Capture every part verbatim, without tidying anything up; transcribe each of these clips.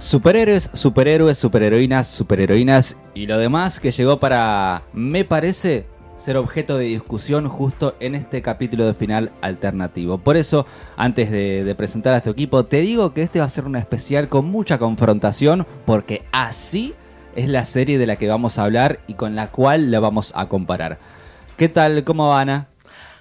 Superhéroes, superhéroes, superheroínas, superheroínas y lo demás que llegó para, me parece, ser objeto de discusión justo en este capítulo de final alternativo. Por eso, antes de, de presentar a este equipo, te digo que este va a ser un especial con mucha confrontación, porque así es la serie de la que vamos a hablar y con la cual la vamos a comparar. ¿Qué tal? ¿Cómo va, Ana?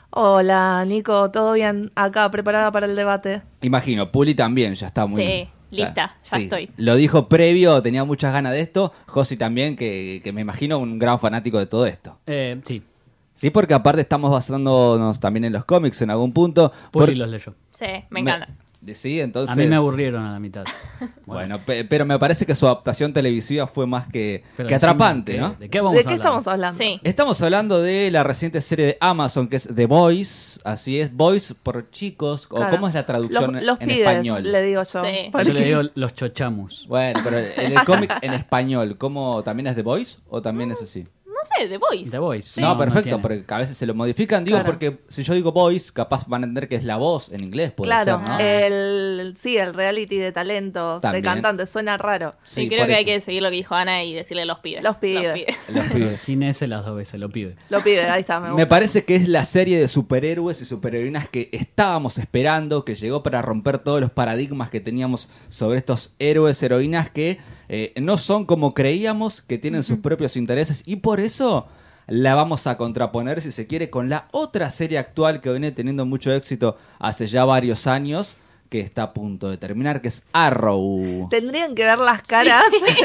Hola, Nico, ¿todo bien? Acá, preparada para el debate. Imagino, Puli también, ya está muy... Sí, lista, ya sí, estoy. Lo dijo previo, tenía muchas ganas de esto. Josi también, que, que me imagino un gran fanático de todo esto. Eh, sí. Sí, porque aparte estamos basándonos también en los cómics en algún punto. Puli Por... los leyó. Sí, me encanta. Me... Sí, entonces... A mí me aburrieron a la mitad. Bueno, bueno pe- pero me parece que su adaptación televisiva fue más que, que decime, atrapante, ¿de, ¿no? ¿De qué vamos ¿De a qué hablar? estamos hablando? Sí. Estamos hablando de la reciente serie de Amazon, que es The Boys. Así es, Boys por chicos. O Claro. ¿cómo es la traducción Los, los en pibes, español? le digo yo. Sí. Porque- Yo le digo los chochamus. Bueno, pero en el cómic en español, ¿cómo también es The Boys o también es así? No sé, The Voice. The Voice. No, perfecto, tiene. porque a veces se lo modifican. Digo, Claro. porque si yo digo Boys, capaz van a entender que es la voz en inglés, puede Claro, ser, ¿no? el, sí, el reality de talentos, También. de cantantes, suena raro. Sí, Sí, creo por que hay eso. que seguir lo que dijo Ana y decirle los pibes. Los pibes. Los Pero pibes. sin ese las dos veces, lo pide. Lo pide, ahí está, me gusta. Me parece que es la serie de superhéroes y superheroínas que estábamos esperando, que llegó para romper todos los paradigmas que teníamos sobre estos héroes, heroínas que eh, no son como creíamos, que tienen sus propios intereses, y por eso la vamos a contraponer, si se quiere, con la otra serie actual que viene teniendo mucho éxito hace ya varios años, que está a punto de terminar, que es Arrow. Tendrían que ver las caras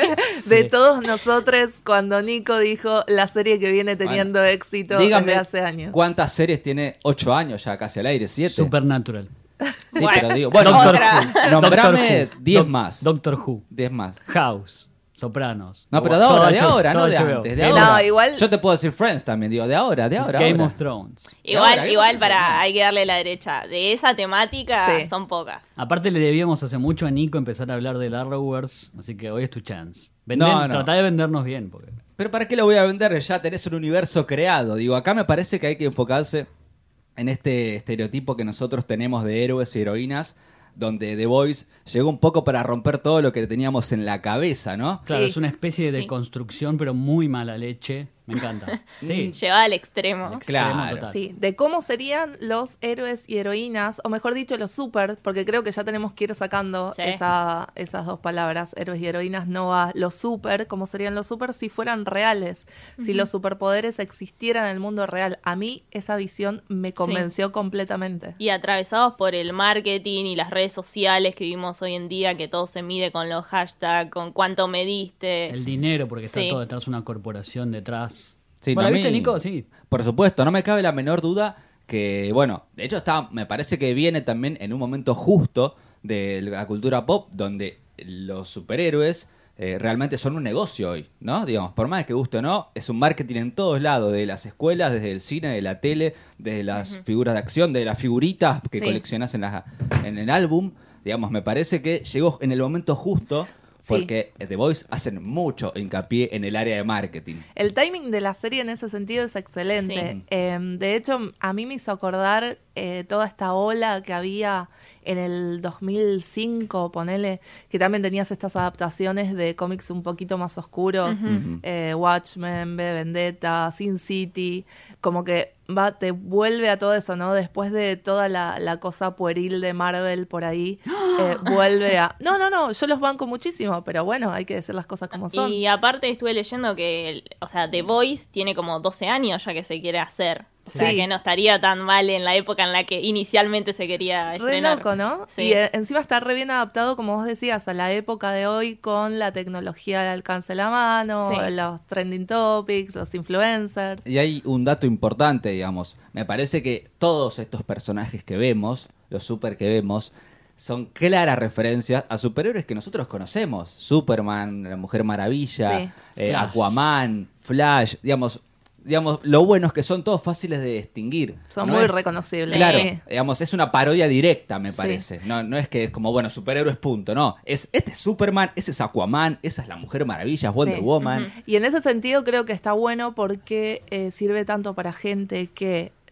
de Sí. todos nosotros cuando Nico dijo la serie que viene teniendo Bueno, éxito Dígame desde hace años. cuántas series tiene. Ocho años ya casi al aire, siete. Supernatural. Sí, Bueno, pero digo, bueno, Doctor otra. Who. nombrame Doctor Who. diez Doc- más. Doctor Who. Diez más. House. Sopranos. No, pero de Todo ahora, de H- ahora, no todo de H B O. antes, de Game ahora. No, igual- Yo te puedo decir Friends también, digo, de ahora, de ahora. Game ahora. of Thrones. Igual, ahora, igual ¿qué? para, hay que darle la derecha. De esa temática Sí. son pocas. Aparte le debíamos hace mucho a Nico empezar a hablar del Arrowverse, así que hoy es tu chance. Venden, No, no. Tratá de vendernos bien. Porque... Pero ¿para qué lo voy a vender? Ya tenés un universo creado. Digo, acá me parece que hay que enfocarse en este estereotipo que nosotros tenemos de héroes y heroínas, donde The Boys llegó un poco para romper todo lo que teníamos en la cabeza, ¿no? Claro, Sí. es una especie de Sí. construcción, pero muy mala leche. Me encanta. Sí. Llevada al extremo. Al extremo Claro. total. Sí, de cómo serían los héroes y heroínas, o mejor dicho, los super, porque creo que ya tenemos que ir sacando Sí. esa, esas dos palabras, héroes y heroínas, no va los super, cómo serían los super si fueran reales, si los superpoderes existieran en el mundo real. A mí esa visión me convenció completamente. Y atravesados por el marketing y las redes sociales que vivimos hoy en día, que todo se mide con los hashtags, con cuánto mediste. El dinero, porque está Sí. todo detrás, una corporación detrás. Sí, ¿Vos la no, a viste, mí- Nico? Sí. Por supuesto, no me cabe la menor duda que, bueno, de hecho está, me parece que viene también en un momento justo de la cultura pop, donde los superhéroes eh, realmente son un negocio hoy, ¿no? Digamos, por más que guste o no, es un marketing en todos lados, de las escuelas, desde el cine, de la tele, desde las figuras de acción, de las figuritas que Sí. coleccionas en, la, en el álbum. Digamos, me parece que llegó en el momento justo, Sí. porque The Boys hacen mucho hincapié en el área de marketing. El timing de la serie en ese sentido es excelente. Sí. Eh, de hecho, a mí me hizo acordar eh, toda esta ola que había en el dos mil cinco, ponele, que también tenías estas adaptaciones de cómics un poquito más oscuros, Ujú. eh, Watchmen, V Vendetta, Sin City, como que va, te vuelve a todo eso, ¿no? Después de toda la, la cosa pueril de Marvel por ahí, eh, vuelve a... No, no, no, yo los banco muchísimo, pero bueno, hay que decir las cosas como son. Y aparte estuve leyendo que, el- o sea, The Voice tiene como doce años ya que se quiere hacer. O sea, Sí. que no estaría tan mal en la época en la que inicialmente se quería Re estrenar. loco, ¿no? Sí. Y eh, encima está re bien adaptado, como vos decías, a la época de hoy con la tecnología al alcance de la mano, Sí. los trending topics, los influencers. Y hay un dato importante, digamos. Me parece que todos estos personajes que vemos, los super que vemos, son claras referencias a superhéroes que nosotros conocemos. Superman, la Mujer Maravilla, Sí. eh, Flash. Aquaman, Flash, digamos... Digamos, lo bueno es que son todos fáciles de distinguir. Son No muy es- reconocibles. Claro, Sí. digamos, es una parodia directa, me Sí. parece. No, no es que es como, bueno, superhéroes, punto. No, es este es Superman, ese es Aquaman, esa es la Mujer Maravilla, es Wonder Sí. Woman. Y en ese sentido creo que está bueno porque eh, sirve tanto para gente que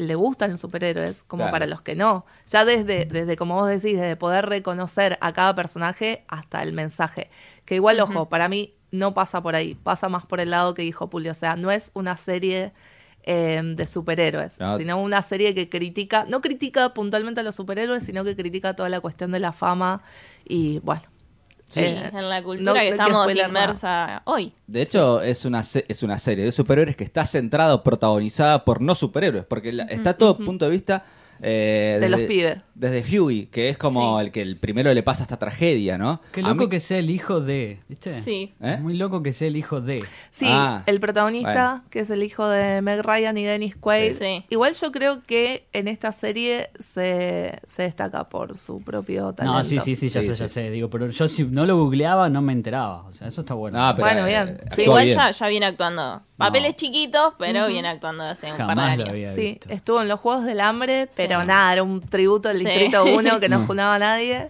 le gustan los superhéroes como Claro. para los que no. Ya desde, desde, como vos decís, desde poder reconocer a cada personaje hasta el mensaje. Que igual, ojo, para mí no pasa por ahí, pasa más por el lado que dijo Puli. O sea, no es una serie eh, de superhéroes, No. sino una serie que critica, no critica puntualmente a los superhéroes, sino que critica toda la cuestión de la fama y bueno. Sí, eh, en la cultura no- que no quiero estamos spoiler nada. inmersa hoy. De hecho, es, una se- es una serie de superhéroes que está centrada o protagonizada por no superhéroes, porque la- está todo punto de vista eh, De los desde- pibes. Desde Huey, que es como Sí. el que el primero le pasa esta tragedia, ¿no? Qué A loco mí- que sea el hijo de, ¿viste? Sí. ¿Eh? Muy loco que sea el hijo de. Sí, Ah, el protagonista, bueno. que es el hijo de Meg Ryan y Dennis Quaid. Sí. Igual yo creo que en esta serie se, se destaca por su propio talento. No, sí, sí, sí, ya Sí, sé, sí. ya sé. Digo, pero yo si no lo googleaba no me enteraba. O sea, eso está bueno. Ah, pero, Bueno, eh, bien. actuó Sí, igual bien. ya, ya viene actuando. Papeles chiquitos, pero viene actuando hace un par de Jamás lo años. había Sí, visto. estuvo en los Juegos del Hambre, pero Sí. nada, era un tributo al Sí. Distrito uno que no junaba a nadie.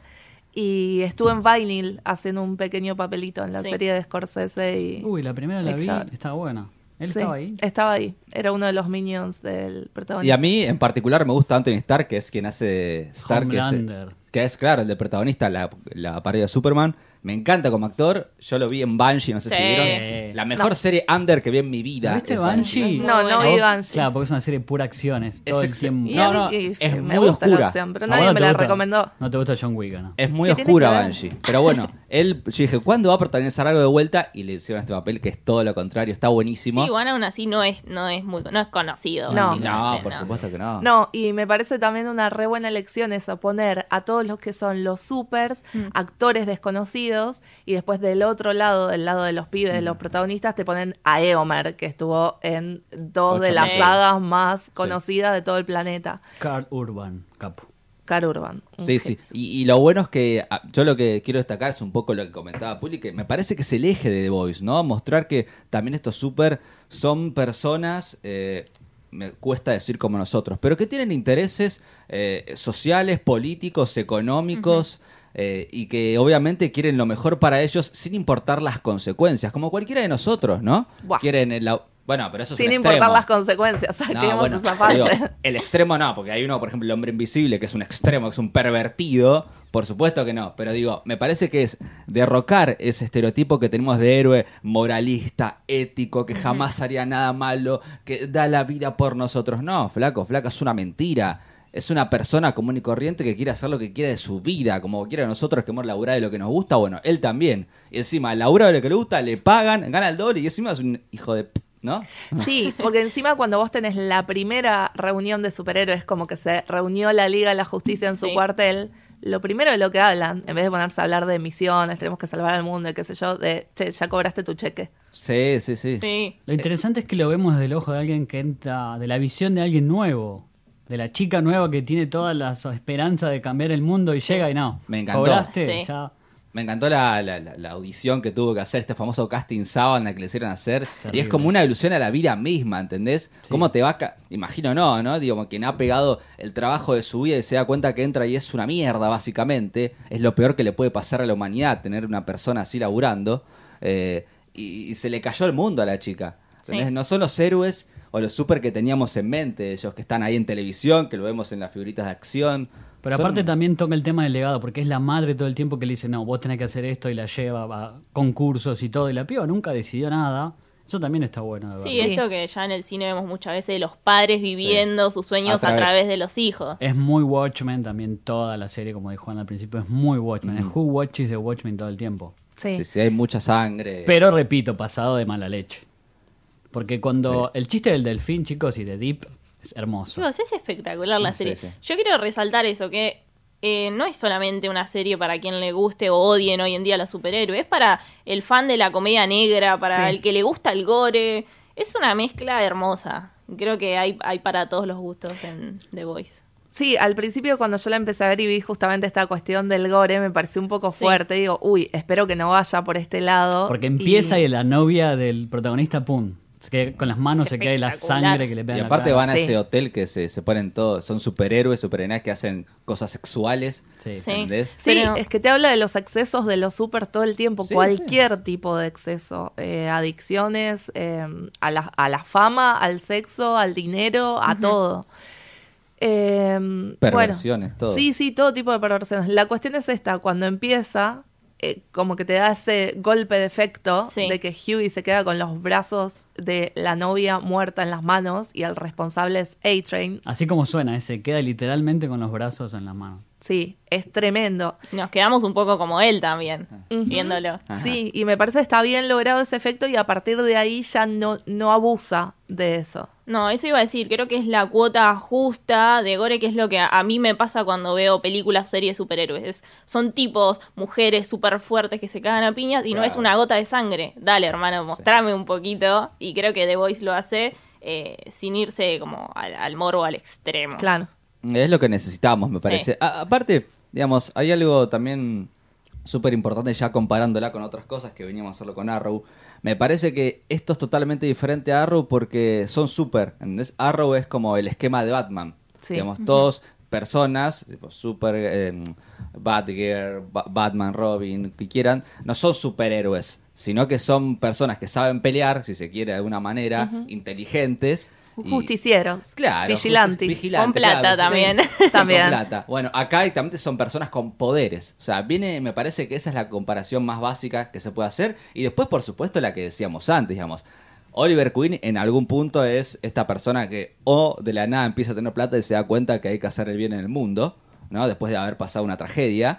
Y estuvo en Vinyl haciendo un pequeño papelito en la Sí. serie de Scorsese. Y, Uy, la primera la vi, Exacto. estaba buena. ¿Él Sí, estaba ahí? Estaba ahí. Era uno de los minions del Y protagonista. a mí, en particular, me gusta Anthony Stark, que es quien hace de Stark, que es, Homelander. que es, claro, el de protagonista, la, la parodia de Superman. Me encanta como actor. Yo lo vi en Banshee, no sé Sí. si vieron. La mejor No. serie under que vi en mi vida. ¿Viste es Banshee? No, no Bueno. vi Banshee. Claro, porque es una serie de pura acciones. Todo Es el ex- tiempo. Y No, a mí no, que es sí, me muy gusta la oscura. acción, pero ¿A nadie vos no me te la gusta? recomendó. No te gusta John Wick, ¿no? Es muy ¿Qué tiene oscura que ver? Banshee. Pero bueno, él, yo dije, ¿cuándo va a protagonizar algo de vuelta? Y le hicieron este papel que es todo lo contrario, está buenísimo. Sí, igual aún así no es, no es muy, no es conocido. No. básicamente, No, por supuesto que no. No, y me parece también una re buena elección eso, poner a todos los que son los supers, actores desconocidos, y después del otro lado, del lado de los pibes, de los protagonistas, te ponen a Eomer, que estuvo en dos de Ocho las series. sagas más conocidas de todo el planeta. Carl Urban, capo. Car Urban. un Sí, genio. sí. Y, y lo bueno es que ah, yo lo que quiero destacar es un poco lo que comentaba Puli, que me parece que es el eje de The Voice, ¿no? Mostrar que también estos super son personas, eh, me cuesta decir como nosotros, pero que tienen intereses eh, sociales, políticos, económicos. eh, y que obviamente quieren lo mejor para ellos sin importar las consecuencias, como cualquiera de nosotros, ¿no? Buah. Quieren el, au- bueno, pero eso es Sin un importar extremo. las consecuencias, No, saquemos bueno, esa parte. digo, el extremo no, porque hay uno, por ejemplo, el hombre invisible, que es un extremo, que es un pervertido. Por supuesto que no, pero digo, me parece que es derrocar ese estereotipo que tenemos de héroe moralista, ético, que jamás haría nada malo, que da la vida por nosotros. No, flaco, flaca, es una mentira. Es una persona común y corriente que quiere hacer lo que quiere de su vida, como quiera nosotros que hemos laburado de lo que nos gusta, bueno, él también. Y encima, labura de lo que le gusta, le pagan, gana el doble y encima es un hijo de... p- ¿no? Sí, porque encima cuando vos tenés la primera reunión de superhéroes, como que se reunió la Liga de la Justicia en su Sí. cuartel, lo primero de lo que hablan, en vez de ponerse a hablar de misiones, tenemos que salvar al mundo, y qué sé yo, de, che, ya cobraste tu cheque. Sí, sí, sí. Sí. Lo interesante es que lo vemos desde el ojo de alguien que entra, de la visión de alguien nuevo. De la chica nueva que tiene toda la esperanza de cambiar el mundo y llega y no. Me encantó. Cobraste, Sí. ya. Me encantó la, la- la- la audición que tuvo que hacer, este famoso casting sábana que le hicieron hacer. Y Terrible. es como una ilusión a la vida misma, ¿entendés? Sí. ¿Cómo te va a... ca- Imagino no, ¿no? Digo, quien ha pegado el trabajo de su vida y se da cuenta que entra y es una mierda, básicamente. Es lo peor que le puede pasar a la humanidad, tener una persona así laburando. Eh, y, y se le cayó el mundo a la chica. ¿Entendés? Sí. No son los héroes o los super que teníamos en mente, ellos que están ahí en televisión, que lo vemos en las figuritas de acción. Pero Son- aparte también toca el tema del legado, porque es la madre todo el tiempo que le dice, no, vos tenés que hacer esto y la lleva a concursos y todo, y la piba nunca decidió nada. Eso también está bueno, de verdad. Sí, esto que ya en el cine vemos muchas veces de los padres viviendo sus sueños A a través. través de los hijos. Es muy Watchmen también toda la serie, como dijo Juan al principio, es muy Watchmen. Es Who Watches de Watchmen todo el tiempo. Sí. Sí, sí, hay mucha sangre. Pero repito, pasado de mala leche. Porque cuando el chiste del delfín, chicos, y de Deep es hermoso. Chicos, es espectacular la Sí, serie. sí. Yo quiero resaltar eso, que eh, no es solamente una serie para quien le guste o odien hoy en día a los superhéroes, es para el fan de la comedia negra, para Sí. el que le gusta el gore. Es una mezcla hermosa. Creo que hay, hay para todos los gustos en The Voice. Sí, al principio cuando yo la empecé a ver y vi justamente esta cuestión del gore, me pareció un poco Sí. fuerte. Digo, uy, espero que no vaya por este lado. Porque empieza y... y la novia del protagonista, pum. Se queda- con las manos se cae la Espectacular. sangre que le pega Y en la aparte cara. van a Sí. ese hotel que se, se ponen todos, son superhéroes, superheroínas que hacen cosas sexuales. Sí. Sí. ¿Entendés? Sí, Pero- es que te habla de los excesos de los super todo el tiempo, Sí, cualquier tipo de exceso, eh, adicciones, eh, a, la, a la fama, al sexo, al dinero, a todo. Eh, bueno, Perversiones, todo. Sí, sí, todo tipo de perversiones. La cuestión es esta, cuando empieza, eh, como que te da ese golpe de efecto Sí. de que Hughie se queda con los brazos de la novia muerta en las manos y el responsable es A-Train. Así como suena, ¿eh? Se queda literalmente con los brazos en las manos. Sí, es tremendo. Nos quedamos un poco como él también, viéndolo. Ajá. Sí, y me parece que está bien logrado ese efecto y a partir de ahí ya no, no abusa de eso. No, eso iba a decir, creo que es la cuota justa de gore, que es lo que a, a mí me pasa cuando veo películas o series de superhéroes. Es- son tipos, mujeres súper fuertes que se cagan a piñas y no Claro. es una gota de sangre. Dale, hermano, mostrame un poquito. Y creo que The Voice lo hace eh, sin irse como al, al morbo al extremo. Claro. Es lo que necesitamos, me Sí. parece. A- aparte, digamos, hay algo también súper importante ya comparándola con otras cosas que veníamos a hacerlo con Arrow. Me parece que esto es totalmente diferente a Arrow porque son súper. ¿Entendés? Arrow es como el esquema de Batman. Sí. Digamos, todos personas, tipo super, eh, Batgirl, Ba- Batman, Robin, que quieran, no son superhéroes, sino que son personas que saben pelear, si se quiere de alguna manera, inteligentes. y- Justicieros. Claro, Vigilantes. justi- vigilantes, Con plata claro. también. Sí, también. Con plata. Bueno, acá directamente son personas con poderes. O sea, viene, me parece que esa es la comparación más básica que se puede hacer. Y después, por supuesto, la que decíamos antes, digamos. Oliver Queen en algún punto es esta persona que o de la nada empieza a tener plata y se da cuenta que hay que hacer el bien en el mundo, ¿no? Después de haber pasado una tragedia.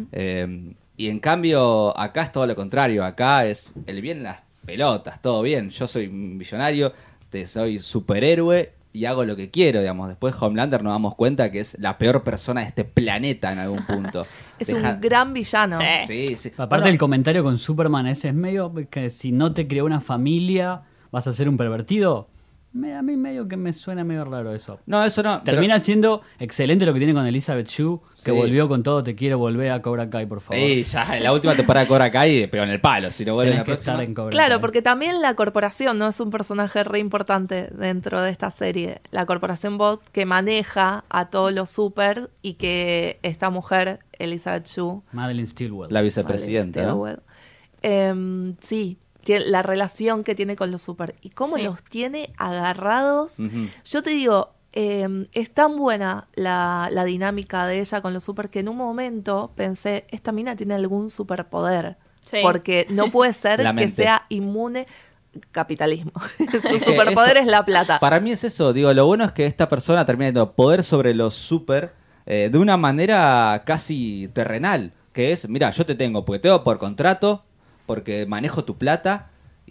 Eh, y en cambio, acá es todo lo contrario. Acá es el bien en las pelotas, todo bien. Yo soy un millonario, te soy superhéroe y hago lo que quiero, digamos. Después Homelander nos damos cuenta que es la peor persona de este planeta en algún punto. Es Deja- un gran villano. Sí. Sí, sí. Aparte Bueno, el comentario con Superman ese es medio que si no te creó una familia vas a ser un pervertido. Me- a mí medio que me suena medio raro eso. no, eso no. pero- Termina siendo excelente lo que tiene con Elizabeth Shue, que Sí. volvió con todo, te quiero volver a Cobra Kai, por favor. Sí, ya en la última temporada de Cobra Kai pegó en el palo. Si no vuelve en Tenés la que próxima. estar en Cobra Claro, Kai. porque también la corporación no es un personaje re importante dentro de esta serie. La corporación Bot que maneja a todos los super y que esta mujer, Elizabeth Shue, Madeline Stilwell. La vicepresidenta, Vale, ¿no? Stilwell, em, sí, tiene- la relación que tiene con los super y cómo Sí. los tiene agarrados. Ujú. Yo te digo, em, es tan buena la, la dinámica de ella con los super que en un momento pensé, esta mina tiene algún superpoder. Sí. Porque no puede ser La que mente. sea inmune. Capitalismo. Su Es que superpoder eso- es la plata. Para mí es eso, digo, lo bueno es que esta persona termina teniendo poder sobre los super eh, de una manera casi terrenal, que es, mira, yo te tengo, porque tengo por contrato, porque manejo tu plata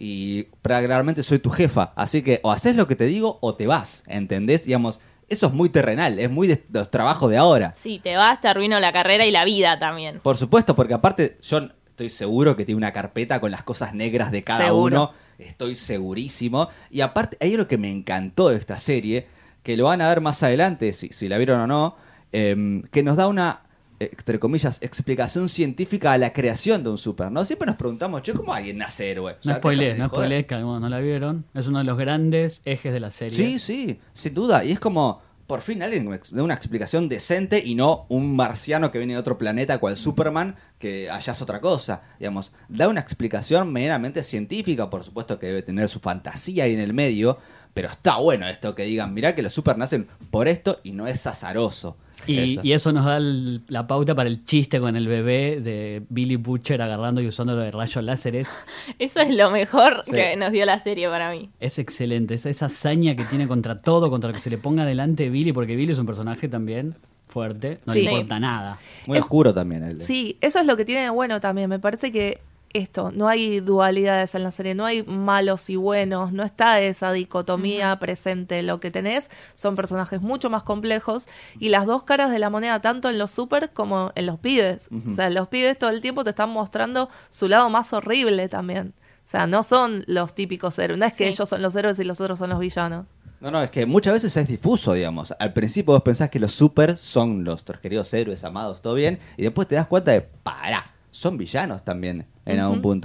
y claramente soy tu jefa, así que o haces lo que te digo o te vas, ¿entendés? Digamos, eso es muy terrenal, es muy de los trabajos de ahora. Sí, te vas, te arruino la carrera y la vida también. Por supuesto, porque aparte yo estoy seguro que tiene una carpeta con las cosas negras de cada Seguro. uno. Estoy segurísimo. Y aparte, hay algo que me encantó de esta serie, que lo van a ver más adelante, si, si la vieron o no, eh, que nos da una, entre comillas, explicación científica a la creación de un super, ¿no? Siempre nos preguntamos, che, ¿cómo alguien nace héroe? O No sea, spoilees, déjate de no joder. spoilees, que algunos no la vieron. Es uno de los grandes ejes de la serie. Sí, sí, sin duda. Y es como, por fin alguien me da una explicación decente y no un marciano que viene de otro planeta cual Superman, que allá es otra cosa. Digamos, da una explicación meramente científica, por supuesto que debe tener su fantasía ahí en el medio, pero está bueno esto que digan, mirá que los super nacen por esto y no es azaroso. Y Eso. y eso nos da el- la pauta para el chiste con el bebé de Billy Butcher agarrando y usando lo de rayos láseres. Eso es lo mejor Sí. que nos dio la serie para mí. Es excelente, esa, esa hazaña que tiene contra todo, contra lo que se le ponga delante Billy, porque Billy es un personaje también fuerte, no Sí. le importa nada. Muy es- oscuro también el de- Sí, eso es lo que tiene de bueno también. Me parece que esto, no hay dualidades en la serie, no hay malos y buenos, no está esa dicotomía presente. Lo que tenés son personajes mucho más complejos y las dos caras de la moneda, tanto en los super como en los pibes. O sea, los pibes todo el tiempo te están mostrando su lado más horrible también. O sea, no son los típicos héroes, no es que Sí. ellos son los héroes y los otros son los villanos. No, no, es que muchas veces es difuso, digamos. Al principio vos pensás que los super son los queridos héroes amados, todo bien, y después te das cuenta de, pará, son villanos también en algún punto.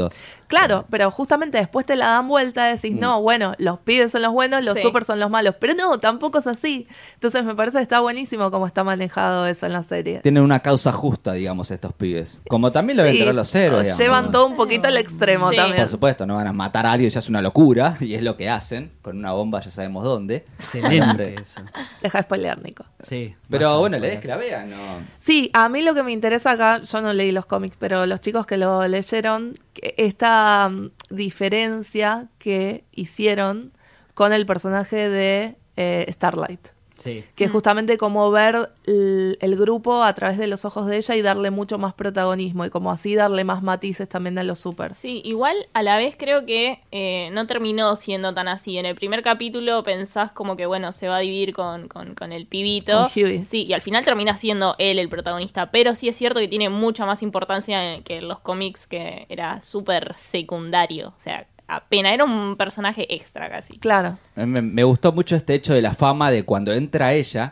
Claro, pero justamente después te la dan vuelta, decís, Mm. no, bueno, los pibes son los buenos, los Sí. super son los malos. Pero no, tampoco es así. Entonces me parece que está buenísimo cómo está manejado eso en la serie. Tienen una causa justa, digamos, estos pibes. Como también lo deben Sí, tener los héroes, o digamos, llevan ¿no? todo un poquito al extremo Sí. también. Por supuesto, no van a matar a alguien, ya es una locura, y es lo que hacen, con una bomba ya sabemos dónde. Excelente eso. Deja de spoilear, Nico. Sí. Pero basta bueno, de la idea es spoiler. que la vean, ¿no? Sí, a mí lo que me interesa acá, yo no leí los cómics, pero los chicos que lo leyeron, que esta mm, diferencia que hicieron con el personaje de eh, Starlight. Sí. Que es justamente como ver el, el grupo a través de los ojos de ella y darle mucho más protagonismo y como así darle más matices también a los super. Sí, igual a la vez creo que eh, no terminó siendo tan así. En el primer capítulo pensás como que, bueno, se va a dividir con, con, con el pibito. Con Huey. Sí, y al final termina siendo él el protagonista. Pero sí es cierto que tiene mucha más importancia en- que en los cómics, que era súper secundario. O sea, apenas era un personaje extra casi. Claro. Me, me gustó mucho este hecho de la fama de cuando entra ella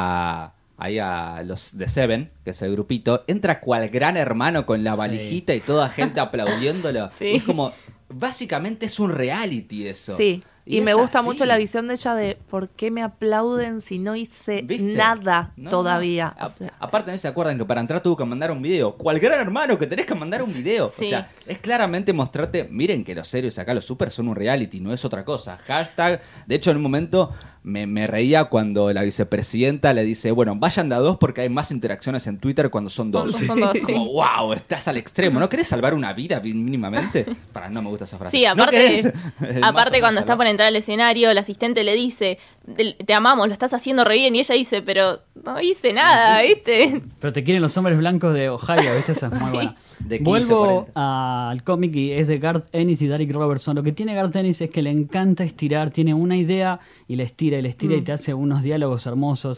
a, ahí a los de Seven, que es el grupito, entra cual gran hermano con la Sí. valijita y toda gente aplaudiéndolo. Sí. Y es como, básicamente es un reality eso. Sí. Y, es me gusta así. mucho la visión de ella de por qué me aplauden si no hice ¿Viste? nada No, todavía. no. O sea, A- aparte, no se acuerdan que para entrar tuvo que mandar un video. ¿Cuál gran hermano que tenés que mandar un video? Sí. O sea, es claramente mostrarte, miren que los héroes acá, los super son un reality, no es otra cosa. Hashtag, de hecho en un momento me, me reía cuando la vicepresidenta le dice, bueno, vayan de a dos porque hay más interacciones en Twitter cuando son dos. Cuando son dos, sí. Como, wow, estás al extremo. ¿No querés salvar una vida mínimamente? Para, no me gusta esa frase. Sí, ¿No aparte, querés? El mazo aparte cuando para está por salvar. entrar al escenario, el asistente le dice, "Te te amamos, lo estás haciendo re bien", y ella dice, pero no hice nada, ¿viste? Pero te quieren los hombres blancos de Ohio, ¿viste? Esa es muy buena. De quince, Vuelvo cuarenta. al cómic y es de Garth Ennis y Derek Robertson. Lo que tiene Garth Ennis es que le encanta estirar, tiene una idea y la estira y la estira y te hace unos diálogos hermosos.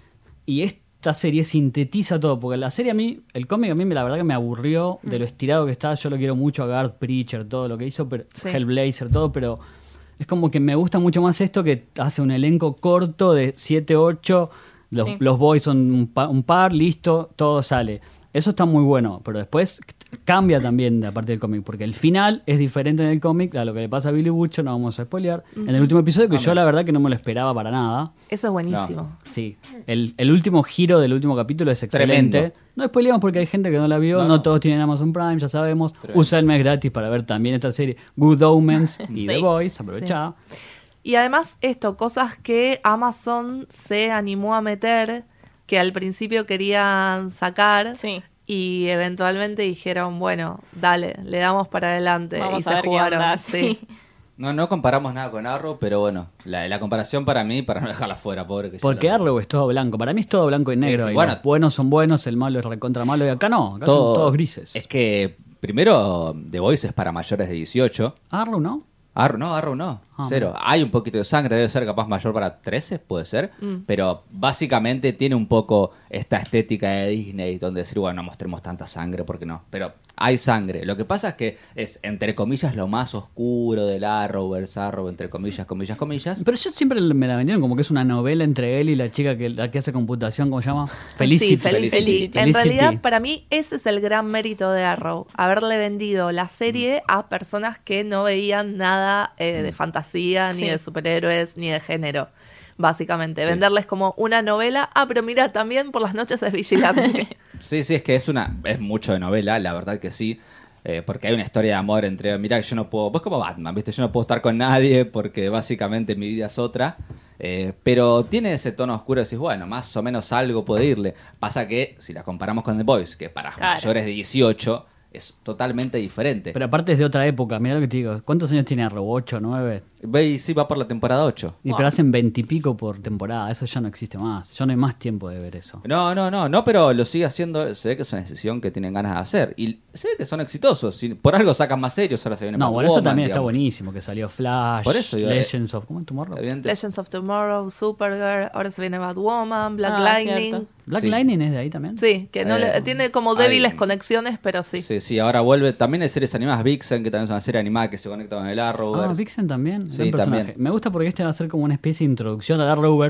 Y esta serie sintetiza todo, porque la serie a mí, el cómic a mí la verdad que me aburrió de lo estirado que está. Yo lo quiero mucho a Garth Preacher, todo lo que hizo, pero Sí. Hellblazer, todo, pero es como que me gusta mucho más esto, que hace un elenco corto de siete, ocho, los, Sí. los boys son un, pa- un par, listo, todo sale. Eso está muy bueno, pero después cambia también de parte del cómic, porque el final es diferente en el cómic a lo que le pasa a Billy Butcher, no vamos a spoilear. En el último episodio, que yo la verdad que no me lo esperaba para nada. eso es buenísimo. Sí, el, el último giro del último capítulo es excelente. Tremendo. No spoileamos porque hay gente que no la vio, No, no, no. todos tienen Amazon Prime, ya sabemos. Tremendo. Usa el mes gratis para ver también esta serie Good Omens y Sí. The Boys, aprovechá. Y además esto, cosas que Amazon se animó a meter, que al principio querían sacar Sí. y eventualmente dijeron, bueno, dale, le damos para adelante. Vamos y a se ver qué jugaron. onda, sí. sí. No, no comparamos nada con Arrow, pero bueno, la, la comparación para mí, para no dejarla fuera, pobre que ya Porque lo- Arrow es todo blanco. Para mí es todo blanco y negro. sí, y bueno. los buenos son buenos, el malo es recontra malo. Y acá no, acá todo- son todos grises. Es que, primero, The Voice es para mayores de dieciocho. Arrow, ¿no? Arrow no, Arrow no, Ah, cero. Hay un poquito de sangre, debe ser capaz mayor para trece, puede ser. Pero básicamente tiene un poco esta estética de Disney, donde decir, bueno, no mostremos tanta sangre, porque no. Pero hay sangre. Lo que pasa es que es, entre comillas, lo más oscuro del Arrowverse, Arrow, entre comillas, comillas, comillas. Pero yo siempre me la vendieron como que es una novela entre él y la chica que, la que hace computación, ¿cómo se llama? Felicity. Sí, Felicity. Felicity. En Felicity. realidad, para mí, ese es el gran mérito de Arrow. Haberle vendido la serie a personas que no veían nada eh, de fantasía, ni Sí. de superhéroes, ni de género. Básicamente, Sí. venderles como una novela. Ah, pero mira, también por las noches es vigilante. Sí, sí, es que es una es mucho de novela, la verdad que sí. Eh, porque hay una historia de amor entre, mirá, yo no puedo, vos como Batman, ¿viste? Yo no puedo estar con nadie porque básicamente mi vida es otra. Eh, pero tiene ese tono oscuro, decís, bueno, más o menos algo puede irle. Pasa que si la comparamos con The Boys, que para Claro. mayores de dieciocho es totalmente diferente. Pero aparte es de otra época, mirá lo que te digo. ¿Cuántos años tiene Arrow? ¿ocho, nueve? Ve y sí, va por la temporada ocho. Y pero hacen veintipico por temporada, eso ya no existe más. Ya no hay más tiempo de ver eso. No, no, no, no, pero lo sigue haciendo, se ve que es una decisión que tienen ganas de hacer. Y se ve que son exitosos. Si- Por algo sacan más serios, ahora se viene No, bueno, eso Batwoman, también está digamos. buenísimo, que salió Flash, Por eso, digo, Legends of... ¿Cómo es Tomorrow? Evidente- Legends of Tomorrow, Supergirl, ahora se viene Batwoman, Black Ah, Lightning. cierto. ¿Black Sí. Lightning es de ahí también? Sí, que no Eh, le- tiene como hay- débiles conexiones, pero sí. Sí, sí, ahora vuelve. También hay series animadas, Vixen, que también es una serie animada que se conecta con el Ah, Arrowverse. Vixen también. Sí, Gran personaje. también. Me gusta porque este va a ser como una especie de introducción al Arrowverse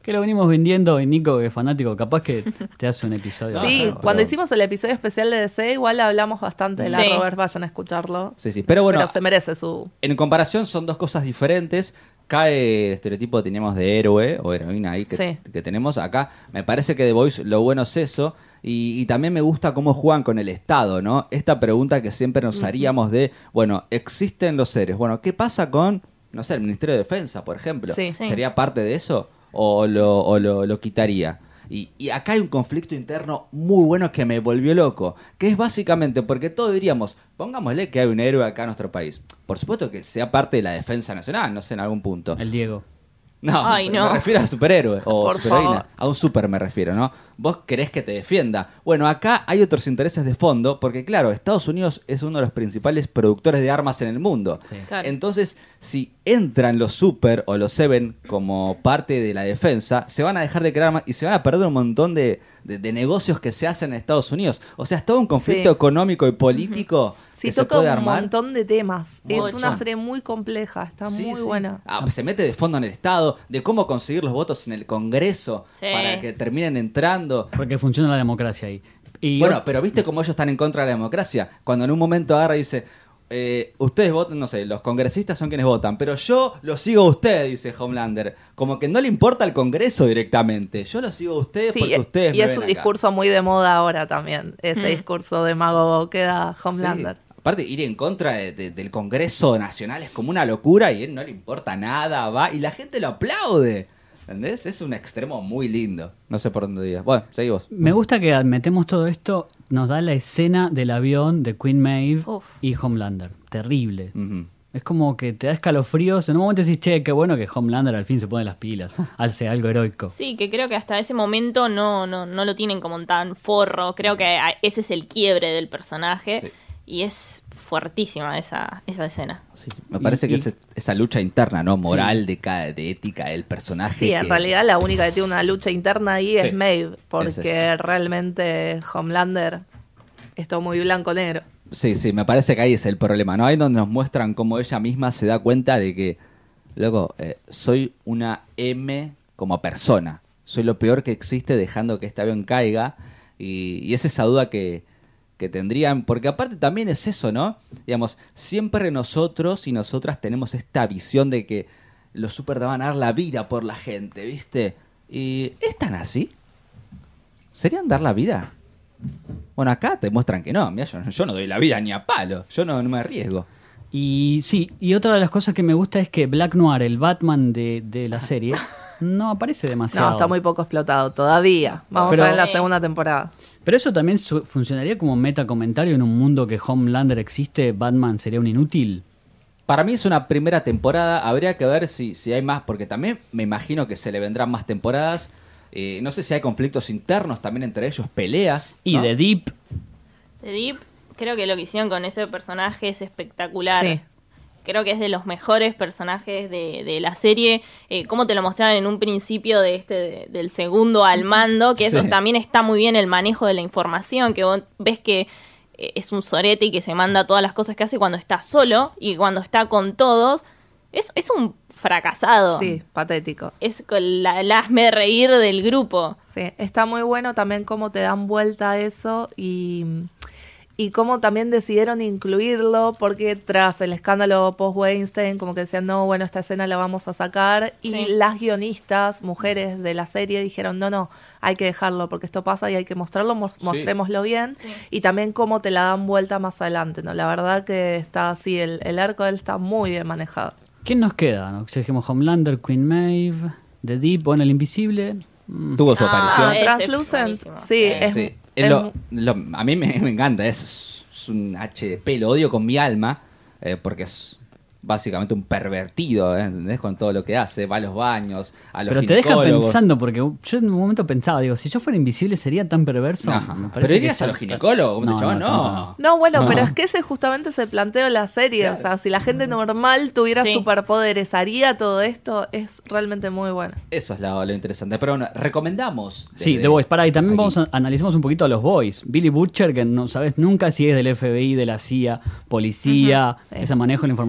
que lo venimos vendiendo, y Nico, que es fanático, capaz que te hace un episodio. Sí, No, no, cuando pero- hicimos el episodio especial de D C, igual hablamos bastante de la Sí. Robert, vayan a escucharlo. Sí, sí, pero bueno, Pero se merece su... en comparación son dos cosas diferentes. Cae el estereotipo que teníamos de héroe o heroína ahí que, Sí. que tenemos acá. Me parece que The Voice lo bueno es eso. Y, y también me gusta cómo juegan con el Estado, ¿no? Esta pregunta que siempre nos haríamos de, bueno, existen los seres. Bueno, ¿qué pasa con, no sé, el Ministerio de Defensa, por ejemplo? Sí. Sí. ¿Sería parte de eso o lo, o lo, lo quitaría? Y, y acá hay un conflicto interno muy bueno que me volvió loco, que es básicamente porque todos diríamos, pongámosle que hay un héroe acá en nuestro país. Por supuesto que sea parte de la defensa nacional, no sé, en algún punto. El Diego. No, Ay, no. me refiero a superhéroe o Por superheroína. favor. A un super me refiero, ¿no? Vos querés que te defienda. Bueno, acá hay otros intereses de fondo, porque claro, Estados Unidos es uno de los principales productores de armas en el mundo. Sí. Claro. Entonces, si entran los super o los seven como parte de la defensa, se van a dejar de crear armas y se van a perder un montón de, de- de negocios que se hacen en Estados Unidos. O sea, es todo un conflicto Sí. económico y político Sí, que se toca puede un armar. montón de temas. Es Mucho. una serie muy compleja, está Sí, muy sí. buena. Ah, se mete de fondo en el Estado, de cómo conseguir los votos en el Congreso Sí. para que terminen entrando. Porque funciona la democracia ahí. Y Bueno, ot- pero viste cómo ellos están en contra de la democracia. Cuando en un momento agarra y dice, eh, ustedes votan, no sé, los congresistas son quienes votan, pero yo lo sigo a usted, dice Homelander. Como que no le importa al Congreso directamente. Yo lo sigo a ustedes Sí, porque ustedes y me es ven un acá. discurso muy de moda ahora también, ese Mm. discurso demagogo que da Homelander. Sí. Aparte, ir en contra de- de- del Congreso Nacional es como una locura y a él no le importa nada, va, y la gente lo aplaude. ¿Entendés? Es un extremo muy lindo. No sé por dónde digas. Bueno, seguimos. me gusta que metemos todo esto, nos da la escena del avión de Queen Maeve Uf. y Homelander. Terrible. Ujú. Es como que te da escalofríos. En un momento decís, che, qué bueno que Homelander al fin se pone las pilas. Hace algo heroico. Sí, que creo que hasta ese momento no, no, no lo tienen como tan forro. Creo que a- ese es el quiebre del personaje. Sí. Y es fuertísima esa, esa escena. Sí, me parece Y- que y- es esa lucha interna, ¿no? Moral, de, cada, de ética del personaje. Sí, en que- realidad la única que tiene una lucha interna ahí Sí. es Maeve, porque Ese. realmente Homelander es todo muy blanco-negro. Sí, sí, me parece que ahí es el problema, ¿no? Ahí donde nos muestran cómo ella misma se da cuenta de que, loco, eh, soy una M como persona. Soy lo peor que existe dejando que este avión caiga. Y, y es esa duda que, que tendrían, porque aparte también es eso, ¿no? Digamos, siempre nosotros y nosotras tenemos esta visión de que los super te van a dar la vida por la gente, ¿viste? ¿Y es tan así? ¿Serían dar la vida? Bueno, acá te muestran que no. Mira, yo, yo no doy la vida ni a palo. Yo no, no me arriesgo. Y sí, y otra de las cosas que me gusta es que Black Noir, el Batman de, de la serie, no aparece demasiado. No, está muy poco explotado todavía. Vamos Pero- a ver en la segunda temporada. Pero eso también su- funcionaría como meta comentario en un mundo que Homelander existe, Batman sería un inútil. Para mí es una primera temporada. Habría que ver si, si hay más, porque también me imagino que se le vendrán más temporadas. Eh, no sé si hay conflictos internos también entre ellos, peleas. Y ¿no? de Deep, The Deep, creo que lo que hicieron con ese personaje es espectacular. Sí. Creo que es de los mejores personajes de, de la serie. Eh, como te lo mostraban en un principio de este de- del segundo al mando, que eso Sí. también está muy bien el manejo de la información, que vos ves que eh, es un sorete y que se manda todas las cosas que hace cuando está solo y cuando está con todos. Es, es un fracasado. Sí, patético. Es con la, el hazme reír del grupo. Sí, está muy bueno también cómo te dan vuelta a eso y, y cómo también decidieron incluirlo, porque tras el escándalo post-Weinstein, como que decían, no, bueno, esta escena la vamos a sacar, y Sí. las guionistas, mujeres de la serie, dijeron, no, no, hay que dejarlo, porque esto pasa y hay que mostrarlo, mo- Sí. mostrémoslo bien, Sí. y también cómo te la dan vuelta más adelante, ¿no? La verdad que está así, el, el arco de él está muy bien manejado. ¿quién nos queda? ¿No? Si dijimos Homelander, Queen Maeve, The Deep, bueno, el Invisible. mm, Tuvo su Ah, aparición. Ah, ese es Translucent, buenísimo. sí, es, Sí. es Es lo- mu- lo- a mí me, me encanta, es, es un H D P, lo odio con mi alma, eh, porque es básicamente un pervertido, ¿eh? ¿Entendés? Con todo lo que hace, va a los baños, a los Pero te deja ginecólogos. pensando, porque yo en un momento pensaba, digo, si yo fuera invisible sería tan perverso. Ajá. Me parece Pero que irías está- a los ginecólogos, como No, te chabón, no, no. tanto No, bueno, No. pero es que ese justamente es el planteo de la serie. O sea, si la gente normal tuviera Sí. superpoderes, haría todo esto, es realmente muy bueno. Eso es lo, lo interesante. Pero bueno, recomendamos. Sí, desde The Boys. Pará, y también aquí. vamos a analicemos un poquito a los Boys. Billy Butcher, que no sabes nunca si es del F B I, de la C I A, policía, Ujú. ese manejo de la información también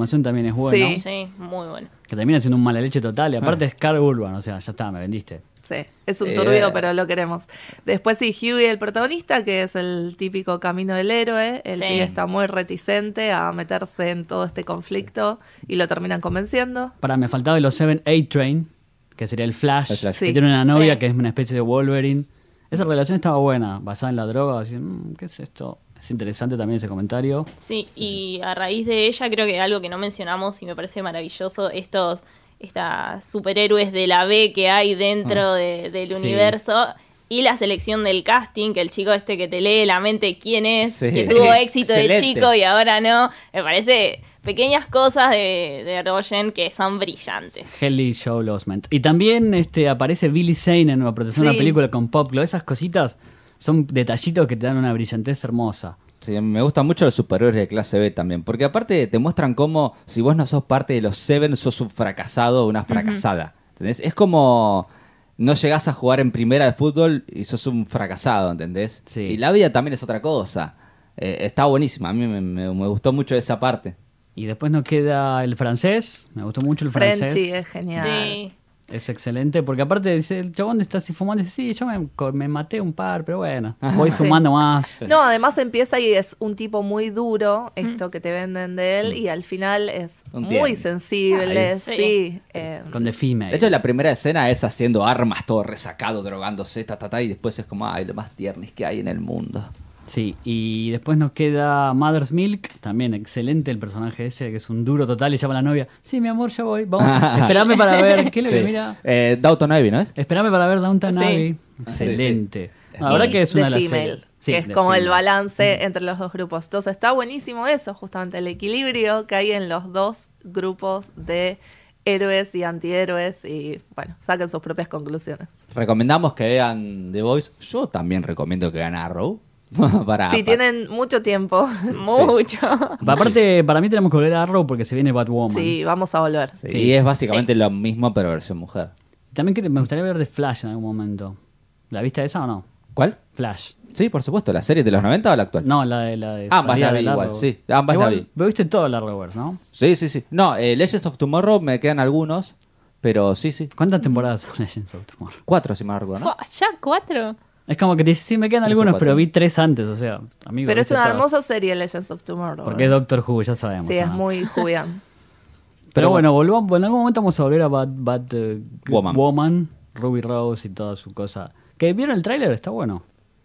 es bueno. Sí. Sí, muy bueno. Que termina siendo un mala leche total. Y aparte es Carl Urban, o sea, ya está, me vendiste. Sí, es un Eh. turbio, pero lo queremos. Después sí, Hughie, el protagonista, que es el típico camino del héroe. El Sí. pibe está muy reticente a meterse en todo este conflicto y lo terminan convenciendo. Para, me faltaba los Seven Eight Train, que sería el Flash, El Flash. que Sí. tiene una novia Sí. que es una especie de Wolverine. Esa relación estaba buena, basada en la droga. Así, "Mm, ¿qué es esto? Es interesante también ese comentario. Sí, y a raíz de ella creo que algo que no mencionamos y me parece maravilloso, estos estas superhéroes de la B que hay dentro de- del Sí. universo y la selección del casting, que el chico este que te lee la mente quién es, Sí. que tuvo éxito de Excelente. chico y ahora no, me parece pequeñas cosas de, de Rogen que son brillantes. Helly Joel Osment. Y también este, aparece Billy Zane en una protección de Sí. una película con Pop Glow. Esas cositas son detallitos que te dan una brillantez hermosa. Sí, me gustan mucho los superhéroes de clase B también, porque aparte te muestran cómo si vos no sos parte de los Seven, sos un fracasado o una fracasada. ¿Entendés? Es como no llegás a jugar en primera de fútbol y sos un fracasado, ¿entendés? Sí. Y la vida también es otra cosa. Eh, está buenísima, a mí me, me- me gustó mucho esa parte. Y después nos queda el francés. Me gustó mucho el francés. Frenchy es genial. Sí. Es excelente, porque aparte dice, el chabón está así fumando, dice, sí, yo me, co- me maté un par, pero bueno, voy Sí. sumando más. No, además empieza y es un tipo muy duro, esto que te venden de él, y al final es Un muy tierno. sensible, Ay, sí. sí. eh, Con The Female. De hecho, la primera escena es haciendo armas, todo resacado, drogándose, ta, ta, ta, y después es como, ay, lo más tiernis que hay en el mundo. Sí, y después nos queda Mother's Milk, también excelente el personaje ese, que es un duro total, y llama a la novia, sí, mi amor, ya voy, vamos, a, esperame para ver, ¿qué es lo que Sí. mira? Eh, Downton Abbey, ¿no es? Esperame para ver Downton Sí. Abbey. Sí, Excelente. sí. La verdad y que es una de The las Female, series. Sí, que es The como el Female. balance entre los dos grupos. Entonces está buenísimo eso, justamente el equilibrio que hay en los dos grupos de héroes y antihéroes y bueno, saquen sus propias conclusiones. Recomendamos que vean The Voice. Yo también recomiendo que vean Arrow. para, Si para- tienen mucho tiempo, Mucho. Aparte, para mí tenemos que volver a Arrow porque se viene Batwoman. sí, vamos a volver. Sí, Sí. Y es básicamente lo mismo, pero versión mujer. También que- me gustaría ver The Flash en algún momento. ¿La viste esa o no? ¿Cuál? Flash. Sí, por supuesto. ¿La serie de los noventa o la actual? No, la de la de Ambas salida la vi del igual, Arrow. sí, ambas Igual, la vi. Vos viste todo el Arrowverse, ¿no? Sí, sí, sí. No, eh, Legends of Tomorrow me quedan algunos, pero sí, sí. ¿Cuántas temporadas son Legends of Tomorrow? Cuatro, si me acuerdo, ¿no? Fua, ¿ya cuatro? Es como que te dice, sí, me quedan Tres o algunos, cuatro. pero vi tres antes, o sea, amigo. Pero es viste una todas. hermosa serie Legends of Tomorrow. Porque es Doctor Who, ya sabemos. Sí, es ¿no? muy Julián. Pero bueno, volvamos, en algún momento vamos a volver a Bad, Bad eh, Woman. Woman, Ruby Rose y toda su cosa. ¿Que vieron el tráiler? Está bueno.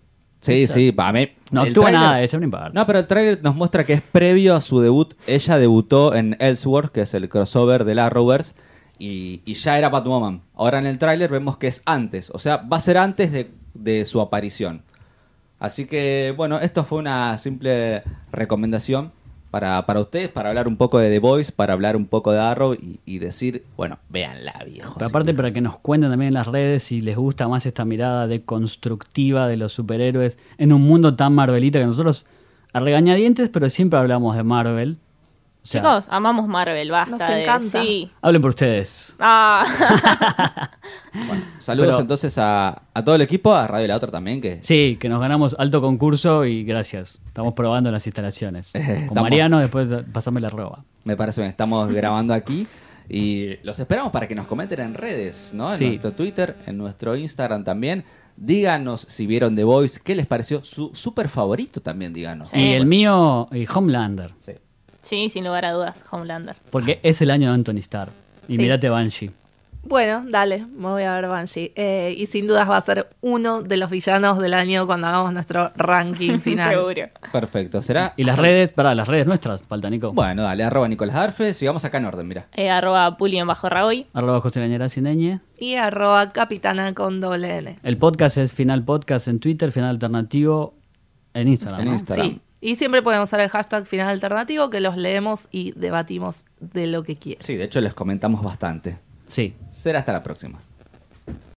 Sí, sí, para mí. No el actúa tráiler- nada, ese no importa. No, pero el trailer nos muestra que es previo a su debut. Ella debutó en Elseworlds, que es el crossover del Arrowverse, y, y ya era Batwoman. Ahora en el tráiler vemos que es antes, o sea, va a ser antes de, de su aparición. Así que, bueno, esto fue una simple recomendación para, para ustedes, para hablar un poco de The Voice, para hablar un poco de Arrow y, y decir, bueno, véanla, viejos. Pero aparte, y para viejas. que nos cuenten también en las redes si les gusta más esta mirada deconstructiva de los superhéroes en un mundo tan marvelita que nosotros, a regañadientes, pero siempre hablamos de Marvel. O sea, Chicos, amamos Marvel, basta. Nos de- encanta. Sí. hablen por ustedes. Ah. Bueno, saludos Pero- entonces a, a todo el equipo, a Radio La Otra también, que Sí, que nos ganamos alto concurso y gracias. Estamos probando las instalaciones. Con Estamos- Mariano, después pasame la arroba. me parece que estamos grabando aquí. Y los esperamos para que nos comenten en redes, ¿no? En Sí. nuestro Twitter, en nuestro Instagram también. Díganos si vieron The Voice, qué les pareció su súper favorito también, díganos. Sí. Y el mío, y Homelander. Sí. Sí, sin lugar a dudas, Homelander. Porque es el año de Anthony Starr. Y Sí. mirate Banshee. Bueno, dale, me voy a ver Banshee. Eh, y sin dudas va a ser uno de los villanos del año cuando hagamos nuestro ranking final. Seguro. Perfecto, ¿será? Y las redes, para las redes nuestras, falta Nico. Bueno, dale, arroba Nicolás Arfe, sigamos acá en orden, mira. Eh, arroba Puli en bajo Ragoy. Arroba José Lañera Cineñe. Y arroba capitana con doble N. El podcast es Final Podcast en Twitter, Final Alternativo en Instagram. En ¿no? Instagram. Sí. Y siempre podemos usar el hashtag final alternativo que los leemos y debatimos de lo que quieran. Sí, de hecho les comentamos bastante. Sí. Será hasta la próxima.